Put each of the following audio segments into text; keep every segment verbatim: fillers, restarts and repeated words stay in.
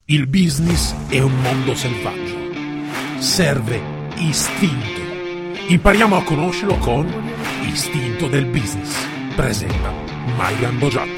Il business è un mondo selvaggio. Serve istinto. Impariamo a conoscerlo con Istinto del Business. Presenta Maigan Bogiatto.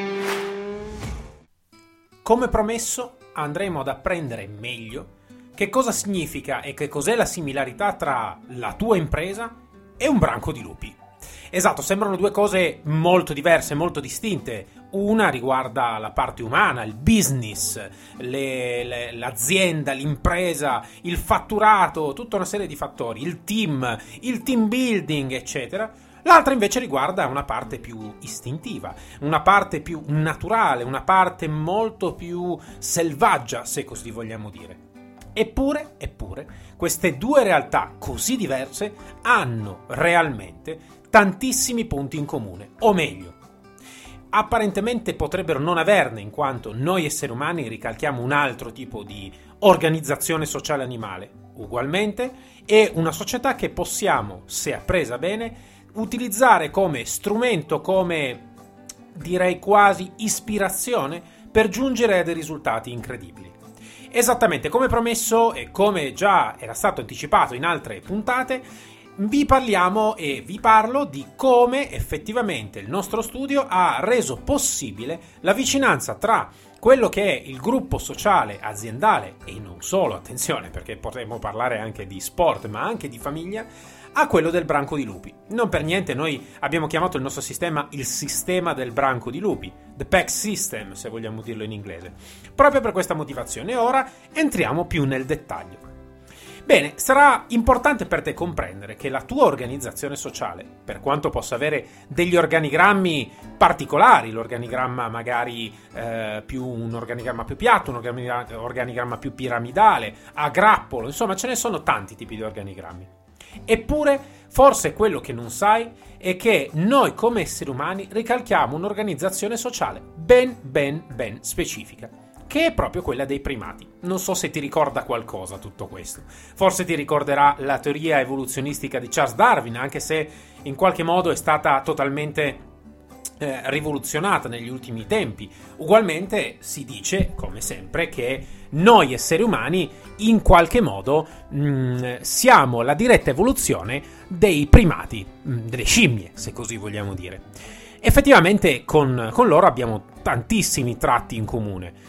Come promesso, andremo ad apprendere meglio che cosa significa e che cos'è la similarità tra la tua impresa e un branco di lupi. Esatto, sembrano due cose molto diverse, molto distinte. Una riguarda la parte umana, il business, le, le, l'azienda, l'impresa, il fatturato, tutta una serie di fattori, il team, il team building, eccetera. L'altra invece riguarda una parte più istintiva, una parte più naturale, una parte molto più selvaggia, se così vogliamo dire. Eppure, eppure, queste due realtà così diverse hanno realmente tantissimi punti in comune, o meglio, apparentemente potrebbero non averne, in quanto noi esseri umani ricalchiamo un altro tipo di organizzazione sociale animale. Ugualmente è una società che possiamo, se appresa bene, utilizzare come strumento, come direi quasi ispirazione, per giungere a dei risultati incredibili. Esattamente come promesso e come già era stato anticipato in altre puntate, vi parliamo e vi parlo di come effettivamente il nostro studio ha reso possibile la vicinanza tra quello che è il gruppo sociale aziendale, e non solo, attenzione, perché potremmo parlare anche di sport, ma anche di famiglia, a quello del branco di lupi. Non per niente noi abbiamo chiamato il nostro sistema il sistema del branco di lupi, the pack system, se vogliamo dirlo in inglese, proprio per questa motivazione. Ora entriamo più nel dettaglio. Bene, sarà importante per te comprendere che la tua organizzazione sociale, per quanto possa avere degli organigrammi particolari, l'organigramma magari eh, più un organigramma più piatto, un organigramma, organigramma più piramidale, a grappolo, insomma ce ne sono tanti tipi di organigrammi. Eppure, forse quello che non sai è che noi come esseri umani ricalchiamo un'organizzazione sociale ben ben ben specifica, che è proprio quella dei primati. Non so se ti ricorda qualcosa tutto questo. Forse ti ricorderà la teoria evoluzionistica di Charles Darwin, anche se in qualche modo è stata totalmente eh, rivoluzionata negli ultimi tempi. Ugualmente si dice, come sempre, che noi esseri umani in qualche modo mh, siamo la diretta evoluzione dei primati, mh, delle scimmie, se così vogliamo dire. Effettivamente con, con loro abbiamo tantissimi tratti in comune.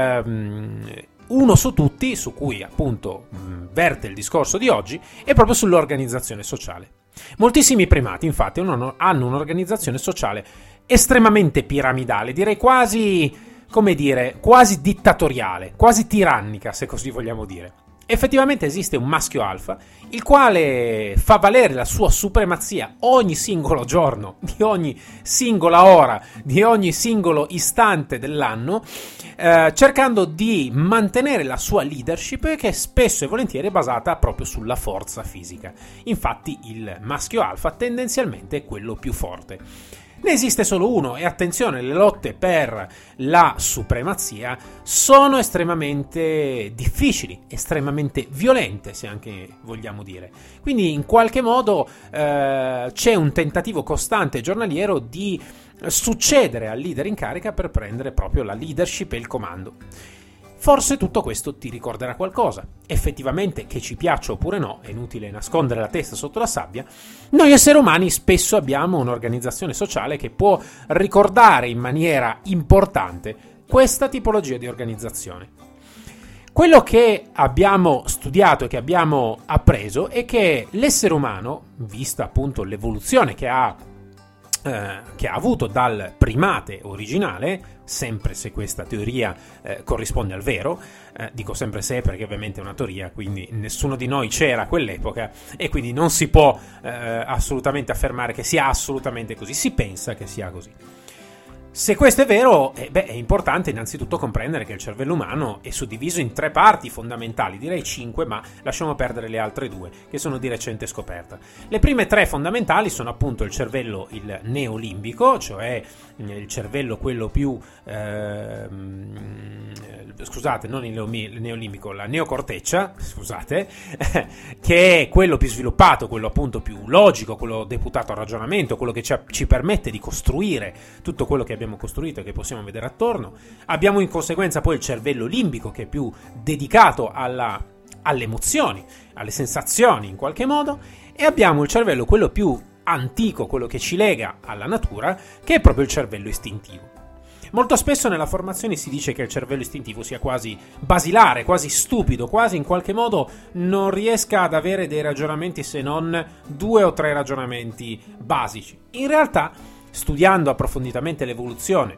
Um, uno su tutti, su cui appunto mh, verte il discorso di oggi, è proprio sull'organizzazione sociale. Moltissimi primati infatti hanno, hanno un'organizzazione sociale estremamente piramidale, direi quasi, come dire, quasi dittatoriale, quasi tirannica, se così vogliamo dire. Effettivamente esiste un maschio alfa, il quale fa valere la sua supremazia ogni singolo giorno, di ogni singola ora, di ogni singolo istante dell'anno, eh, cercando di mantenere la sua leadership, che spesso e volentieri è basata proprio sulla forza fisica. Infatti il maschio alfa tendenzialmente è quello più forte. Ne esiste solo uno e attenzione, le lotte per la supremazia sono estremamente difficili, estremamente violente, se anche vogliamo dire. Quindi in qualche modo eh, c'è un tentativo costante giornaliero di succedere al leader in carica per prendere proprio la leadership e il comando. Forse tutto questo ti ricorderà qualcosa. Effettivamente, che ci piaccia oppure no, è inutile nascondere la testa sotto la sabbia, noi esseri umani spesso abbiamo un'organizzazione sociale che può ricordare in maniera importante questa tipologia di organizzazione. Quello che abbiamo studiato e che abbiamo appreso è che l'essere umano, vista appunto l'evoluzione che ha Eh, che ha avuto dal primate originale, sempre se questa teoria eh, corrisponde al vero, eh, dico sempre se perché ovviamente è una teoria, quindi nessuno di noi c'era a quell'epoca e quindi non si può eh, assolutamente affermare che sia assolutamente così, si pensa che sia così. Se questo è vero, eh, beh, è importante innanzitutto comprendere che il cervello umano è suddiviso in tre parti fondamentali, direi cinque, ma lasciamo perdere le altre due, che sono di recente scoperta. Le prime tre fondamentali sono appunto il cervello, il neolimbico, cioè il cervello quello più, eh, scusate, non il neolimbico, la neocorteccia, scusate, che è quello più sviluppato, quello appunto più logico, quello deputato al ragionamento, quello che ci, ci permette di costruire tutto quello che abbiamo costruito e che possiamo vedere attorno. Abbiamo in conseguenza poi il cervello limbico, che è più dedicato alla, alle emozioni, alle sensazioni in qualche modo, e abbiamo il cervello, quello più antico, quello che ci lega alla natura, che è proprio il cervello istintivo. Molto spesso nella formazione si dice che il cervello istintivo sia quasi basilare, quasi stupido, quasi in qualche modo non riesca ad avere dei ragionamenti se non due o tre ragionamenti basici. In realtà, studiando approfonditamente l'evoluzione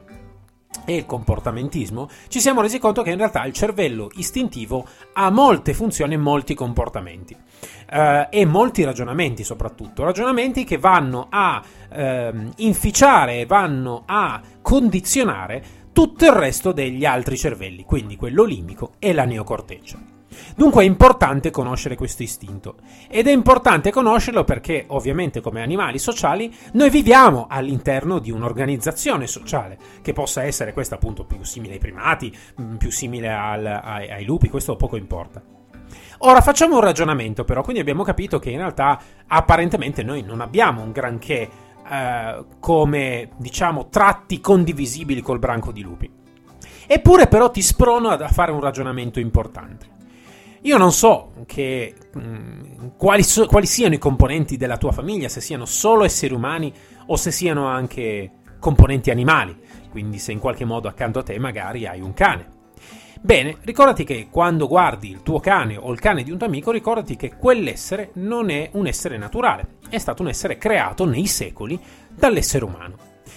e il comportamentismo, ci siamo resi conto che in realtà il cervello istintivo ha molte funzioni e molti comportamenti. Uh, e molti ragionamenti, soprattutto ragionamenti che vanno a uh, inficiare, vanno a condizionare tutto il resto degli altri cervelli, quindi quello limbico e la neocorteccia. Dunque è importante conoscere questo istinto, ed è importante conoscerlo perché ovviamente come animali sociali noi viviamo all'interno di un'organizzazione sociale, che possa essere questa appunto più simile ai primati, più simile al, ai, ai lupi, questo poco importa. Ora facciamo un ragionamento però, quindi abbiamo capito che in realtà apparentemente noi non abbiamo un granché eh, come, diciamo, tratti condivisibili col branco di lupi. Eppure però ti sprono a fare un ragionamento importante. Io non so che, mh, quali, so, quali siano i componenti della tua famiglia, se siano solo esseri umani o se siano anche componenti animali, quindi se in qualche modo accanto a te magari hai un cane. Bene, ricordati che quando guardi il tuo cane o il cane di un tuo amico, ricordati che quell'essere non è un essere naturale, è stato un essere creato nei secoli dall'essere umano.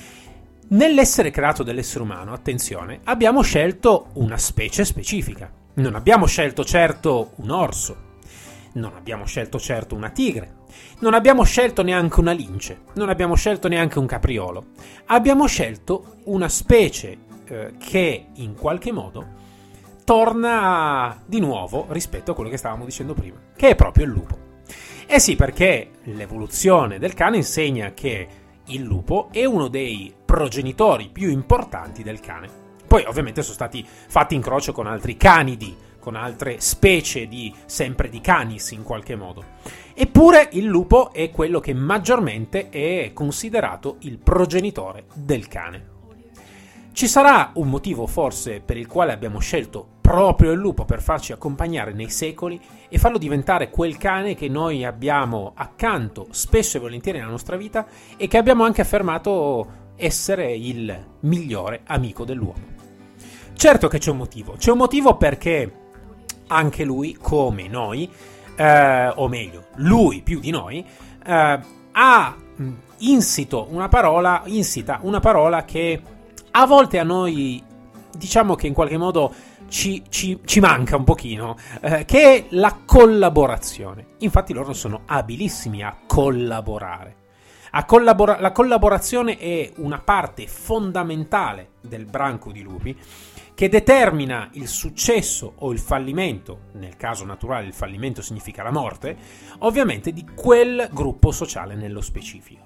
Nell'essere creato dall'essere umano, attenzione, abbiamo scelto una specie specifica. Non abbiamo scelto certo un orso, non abbiamo scelto certo una tigre, non abbiamo scelto neanche una lince, non abbiamo scelto neanche un capriolo. Abbiamo scelto una specie eh, che in qualche modo torna di nuovo rispetto a quello che stavamo dicendo prima, che è proprio il lupo. Eh sì, perché l'evoluzione del cane insegna che il lupo è uno dei progenitori più importanti del cane. Poi ovviamente sono stati fatti incrocio con altri canidi, con altre specie di sempre di canis in qualche modo. Eppure il lupo è quello che maggiormente è considerato il progenitore del cane. Ci sarà un motivo forse per il quale abbiamo scelto proprio il lupo per farci accompagnare nei secoli e farlo diventare quel cane che noi abbiamo accanto spesso e volentieri nella nostra vita e che abbiamo anche affermato essere il migliore amico dell'uomo. Certo che c'è un motivo, c'è un motivo perché anche lui, come noi, eh, o meglio, lui più di noi, eh, ha insito una parola, insita una parola che a volte a noi, diciamo che in qualche modo ci, ci, ci manca un pochino, eh, che è la collaborazione. Infatti loro sono abilissimi a collaborare. A collabora- la collaborazione è una parte fondamentale del branco di lupi che determina il successo o il fallimento, nel caso naturale il fallimento significa la morte, ovviamente di quel gruppo sociale nello specifico.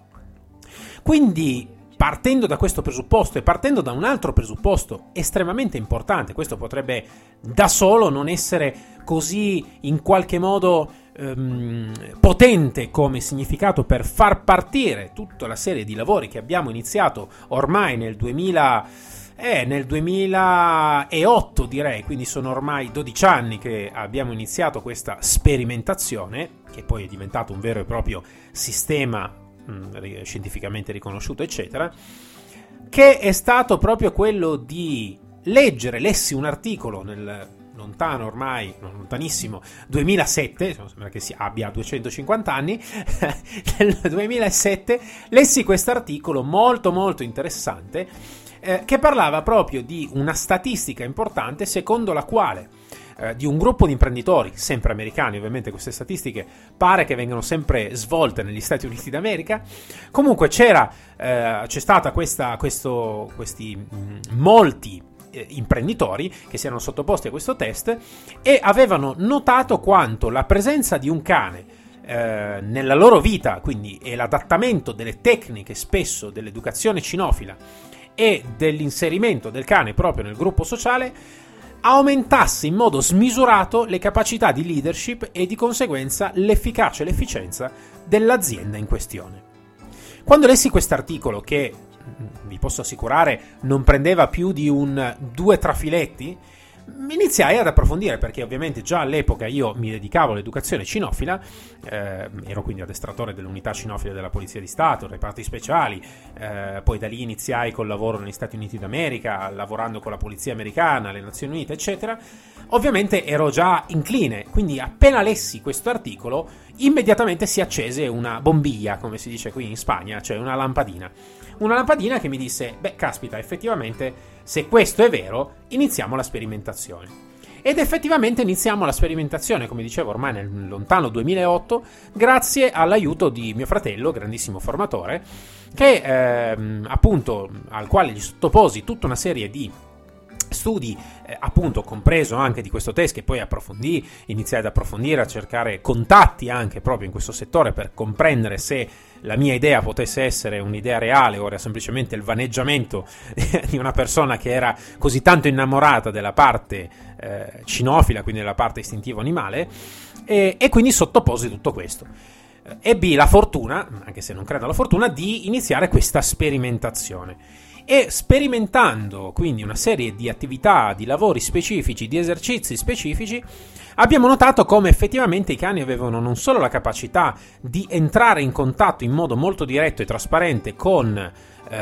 Quindi partendo da questo presupposto e partendo da un altro presupposto estremamente importante, questo potrebbe da solo non essere così in qualche modo ehm, potente come significato per far partire tutta la serie di lavori che abbiamo iniziato ormai nel duemila, eh, nel duemilaotto direi, quindi sono ormai dodici anni che abbiamo iniziato questa sperimentazione, che poi è diventato un vero e proprio sistema scientificamente riconosciuto eccetera, che è stato proprio quello di leggere, lessi un articolo nel lontano ormai, non lontanissimo duemilasette, sembra che si abbia duecentocinquanta anni, nel duemilasette lessi questo articolo molto molto interessante eh, che parlava proprio di una statistica importante secondo la quale di un gruppo di imprenditori, sempre americani, ovviamente queste statistiche pare che vengano sempre svolte negli Stati Uniti d'America. Comunque c'era, eh, c'è stata questa, questo, questi mh, molti eh, imprenditori che si erano sottoposti a questo test e avevano notato quanto la presenza di un cane eh, nella loro vita, quindi e l'adattamento delle tecniche spesso dell'educazione cinofila e dell'inserimento del cane proprio nel gruppo sociale aumentasse in modo smisurato le capacità di leadership e di conseguenza l'efficacia e l'efficienza dell'azienda in questione. Quando lessi quest'articolo, che vi posso assicurare non prendeva più di un due trafiletti, iniziai ad approfondire, perché ovviamente già all'epoca io mi dedicavo all'educazione cinofila, eh, ero quindi addestratore dell'unità cinofila della Polizia di Stato, reparti speciali, eh, poi da lì iniziai col lavoro negli Stati Uniti d'America, lavorando con la Polizia americana, le Nazioni Unite, eccetera. Ovviamente ero già incline, quindi appena lessi questo articolo immediatamente si accese una bombiglia, come si dice qui in Spagna, cioè una lampadina. Una lampadina che mi disse, beh, caspita, effettivamente, se questo è vero, iniziamo la sperimentazione. Ed effettivamente iniziamo la sperimentazione, come dicevo, ormai nel lontano duemilaotto, grazie all'aiuto di mio fratello, grandissimo formatore, che ehm, appunto al quale gli sottoposi tutta una serie di studi, eh, appunto compreso anche di questo test, che poi approfondì, iniziai ad approfondire, a cercare contatti anche proprio in questo settore per comprendere se la mia idea potesse essere un'idea reale o era semplicemente il vaneggiamento di una persona che era così tanto innamorata della parte eh, cinofila, quindi della parte istintivo animale, e, e quindi sottoposi tutto questo. Ebbi la fortuna, anche se non credo alla fortuna, di iniziare questa sperimentazione. E sperimentando quindi una serie di attività, di lavori specifici, di esercizi specifici, abbiamo notato come effettivamente i cani avevano non solo la capacità di entrare in contatto in modo molto diretto e trasparente con,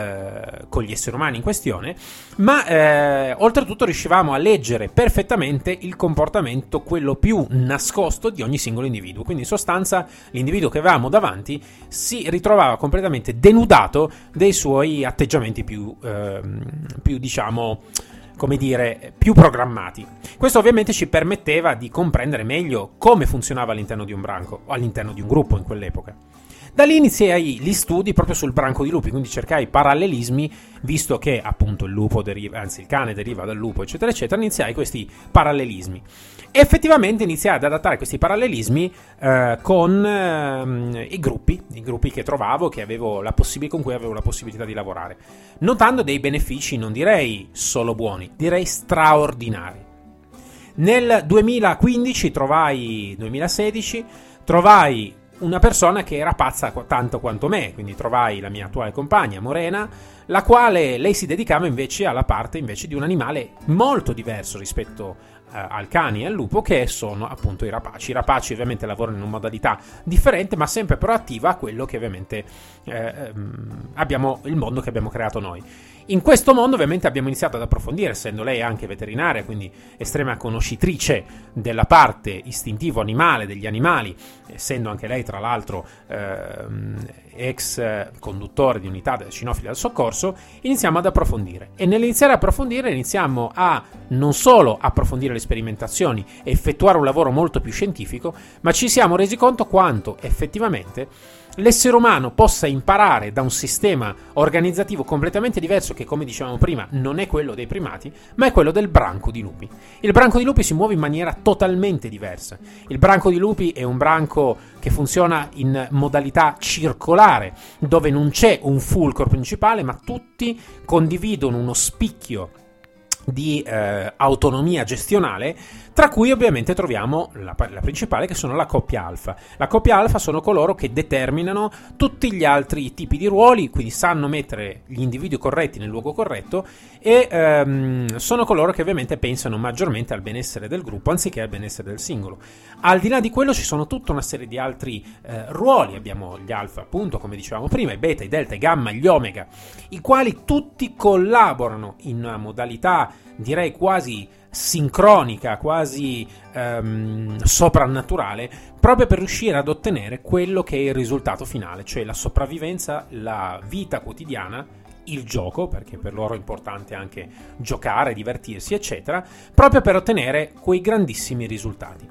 eh, con gli esseri umani in questione, ma eh, oltretutto riuscivamo a leggere perfettamente il comportamento, quello più nascosto di ogni singolo individuo. Quindi in sostanza l'individuo che avevamo davanti si ritrovava completamente denudato dei suoi atteggiamenti più, eh, più diciamo, come dire, più programmati. Questo ovviamente ci permetteva di comprendere meglio come funzionava all'interno di un branco o all'interno di un gruppo in quell'epoca. Da lì iniziai gli studi proprio sul branco di lupi, quindi cercai parallelismi, visto che appunto il lupo deriva, anzi il cane deriva dal lupo, eccetera eccetera, iniziai questi parallelismi. E effettivamente iniziai ad adattare questi parallelismi eh, con eh, i gruppi, i gruppi che trovavo, che avevo la possib- con cui avevo la possibilità di lavorare, notando dei benefici non direi solo buoni, direi straordinari. Nel duemilaquindici trovai, duemilasedici, trovai una persona che era pazza tanto quanto me, quindi trovai la mia attuale compagna, Morena, la quale lei si dedicava invece alla parte invece di un animale molto diverso rispetto eh, al cane e al lupo, che sono appunto i rapaci. I rapaci ovviamente lavorano in una modalità differente, ma sempre proattiva a quello che ovviamente eh, abbiamo, il mondo che abbiamo creato noi. In questo mondo ovviamente abbiamo iniziato ad approfondire, essendo lei anche veterinaria, quindi estrema conoscitrice della parte istintivo animale, degli animali, essendo anche lei tra l'altro ehm, ex conduttore di unità cinofila del soccorso, iniziamo ad approfondire. E nell'iniziare a approfondire iniziamo a non solo approfondire le sperimentazioni e effettuare un lavoro molto più scientifico, ma ci siamo resi conto quanto effettivamente l'essere umano possa imparare da un sistema organizzativo completamente diverso, che come dicevamo prima non è quello dei primati, ma è quello del branco di lupi. Il branco di lupi si muove in maniera totalmente diversa. Il branco di lupi è un branco che funziona in modalità circolare, dove non c'è un fulcro principale, ma tutti condividono uno spicchio di eh, autonomia gestionale, tra cui ovviamente troviamo la, la principale, che sono la coppia alfa. La coppia alfa sono coloro che determinano tutti gli altri tipi di ruoli, quindi sanno mettere gli individui corretti nel luogo corretto, e ehm, sono coloro che ovviamente pensano maggiormente al benessere del gruppo anziché al benessere del singolo. Al di là di quello ci sono tutta una serie di altri eh, ruoli. Abbiamo gli alfa, appunto, come dicevamo prima, i beta, i delta, i gamma, gli omega, i quali tutti collaborano in una modalità direi quasi sincronica, quasi ehm, soprannaturale, proprio per riuscire ad ottenere quello che è il risultato finale, cioè la sopravvivenza, la vita quotidiana, il gioco, perché per loro è importante anche giocare, divertirsi, eccetera, proprio per ottenere quei grandissimi risultati.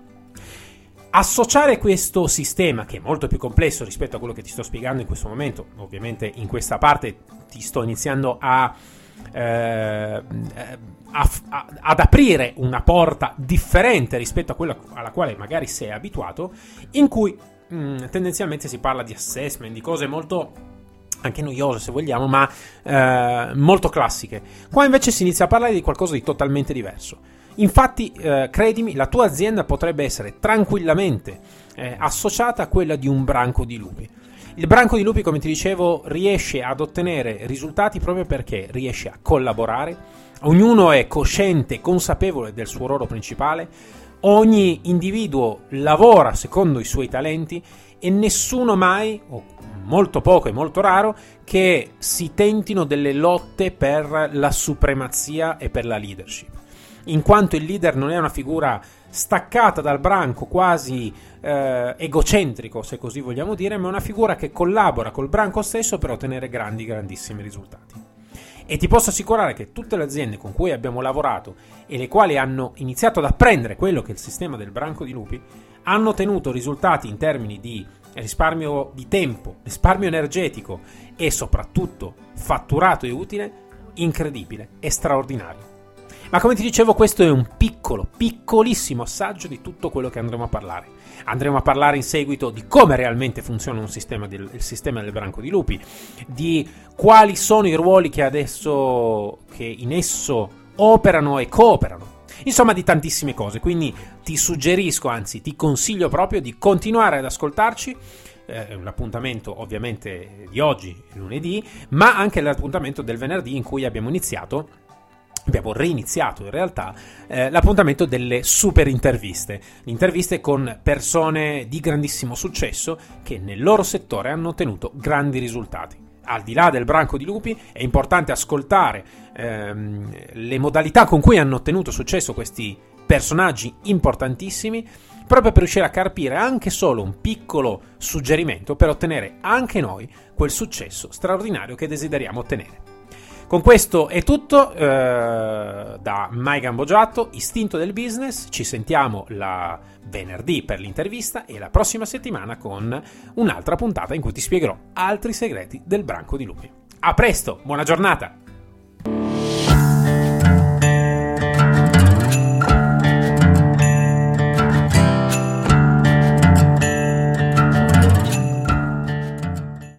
Associare questo sistema, che è molto più complesso rispetto a quello che ti sto spiegando in questo momento, ovviamente in questa parte ti sto iniziando a Eh, a, a, ad aprire una porta differente rispetto a quella alla quale magari sei abituato, in cui mh, tendenzialmente si parla di assessment, di cose molto anche noiose se vogliamo, ma eh, molto classiche. Qua invece si inizia a parlare di qualcosa di totalmente diverso. Infatti, eh, credimi, la tua azienda potrebbe essere tranquillamente eh, associata a quella di un branco di lupi. Il branco di lupi, come ti dicevo, riesce ad ottenere risultati proprio perché riesce a collaborare, ognuno è cosciente, consapevole del suo ruolo principale, ogni individuo lavora secondo i suoi talenti e nessuno mai, o molto poco e molto raro, che si tentino delle lotte per la supremazia e per la leadership. In quanto il leader non è una figura staccata dal branco, quasi eh, egocentrico, se così vogliamo dire, ma è una figura che collabora col branco stesso per ottenere grandi, grandissimi risultati. E ti posso assicurare che tutte le aziende con cui abbiamo lavorato e le quali hanno iniziato ad apprendere quello che è il sistema del branco di lupi hanno ottenuto risultati in termini di risparmio di tempo, risparmio energetico e soprattutto fatturato e utile incredibile e straordinario. Ma come ti dicevo, questo è un piccolo, piccolissimo assaggio di tutto quello che andremo a parlare. Andremo a parlare in seguito di come realmente funziona un sistema del, il sistema del branco di lupi, di quali sono i ruoli che adesso che in esso operano e cooperano. Insomma, di tantissime cose. Quindi ti suggerisco, anzi ti consiglio proprio di continuare ad ascoltarci. Eh, l'appuntamento ovviamente di oggi, lunedì, ma anche l'appuntamento del venerdì in cui abbiamo iniziato Abbiamo reiniziato in realtà eh, l'appuntamento delle super interviste, interviste con persone di grandissimo successo che nel loro settore hanno ottenuto grandi risultati. Al di là del branco di lupi è importante ascoltare ehm, le modalità con cui hanno ottenuto successo questi personaggi importantissimi, proprio per riuscire a carpire anche solo un piccolo suggerimento per ottenere anche noi quel successo straordinario che desideriamo ottenere. Con questo è tutto eh, da Mike Gamboggiato, Istinto del Business. Ci sentiamo la venerdì per l'intervista e la prossima settimana con un'altra puntata in cui ti spiegherò altri segreti del branco di lupi. A presto, buona giornata!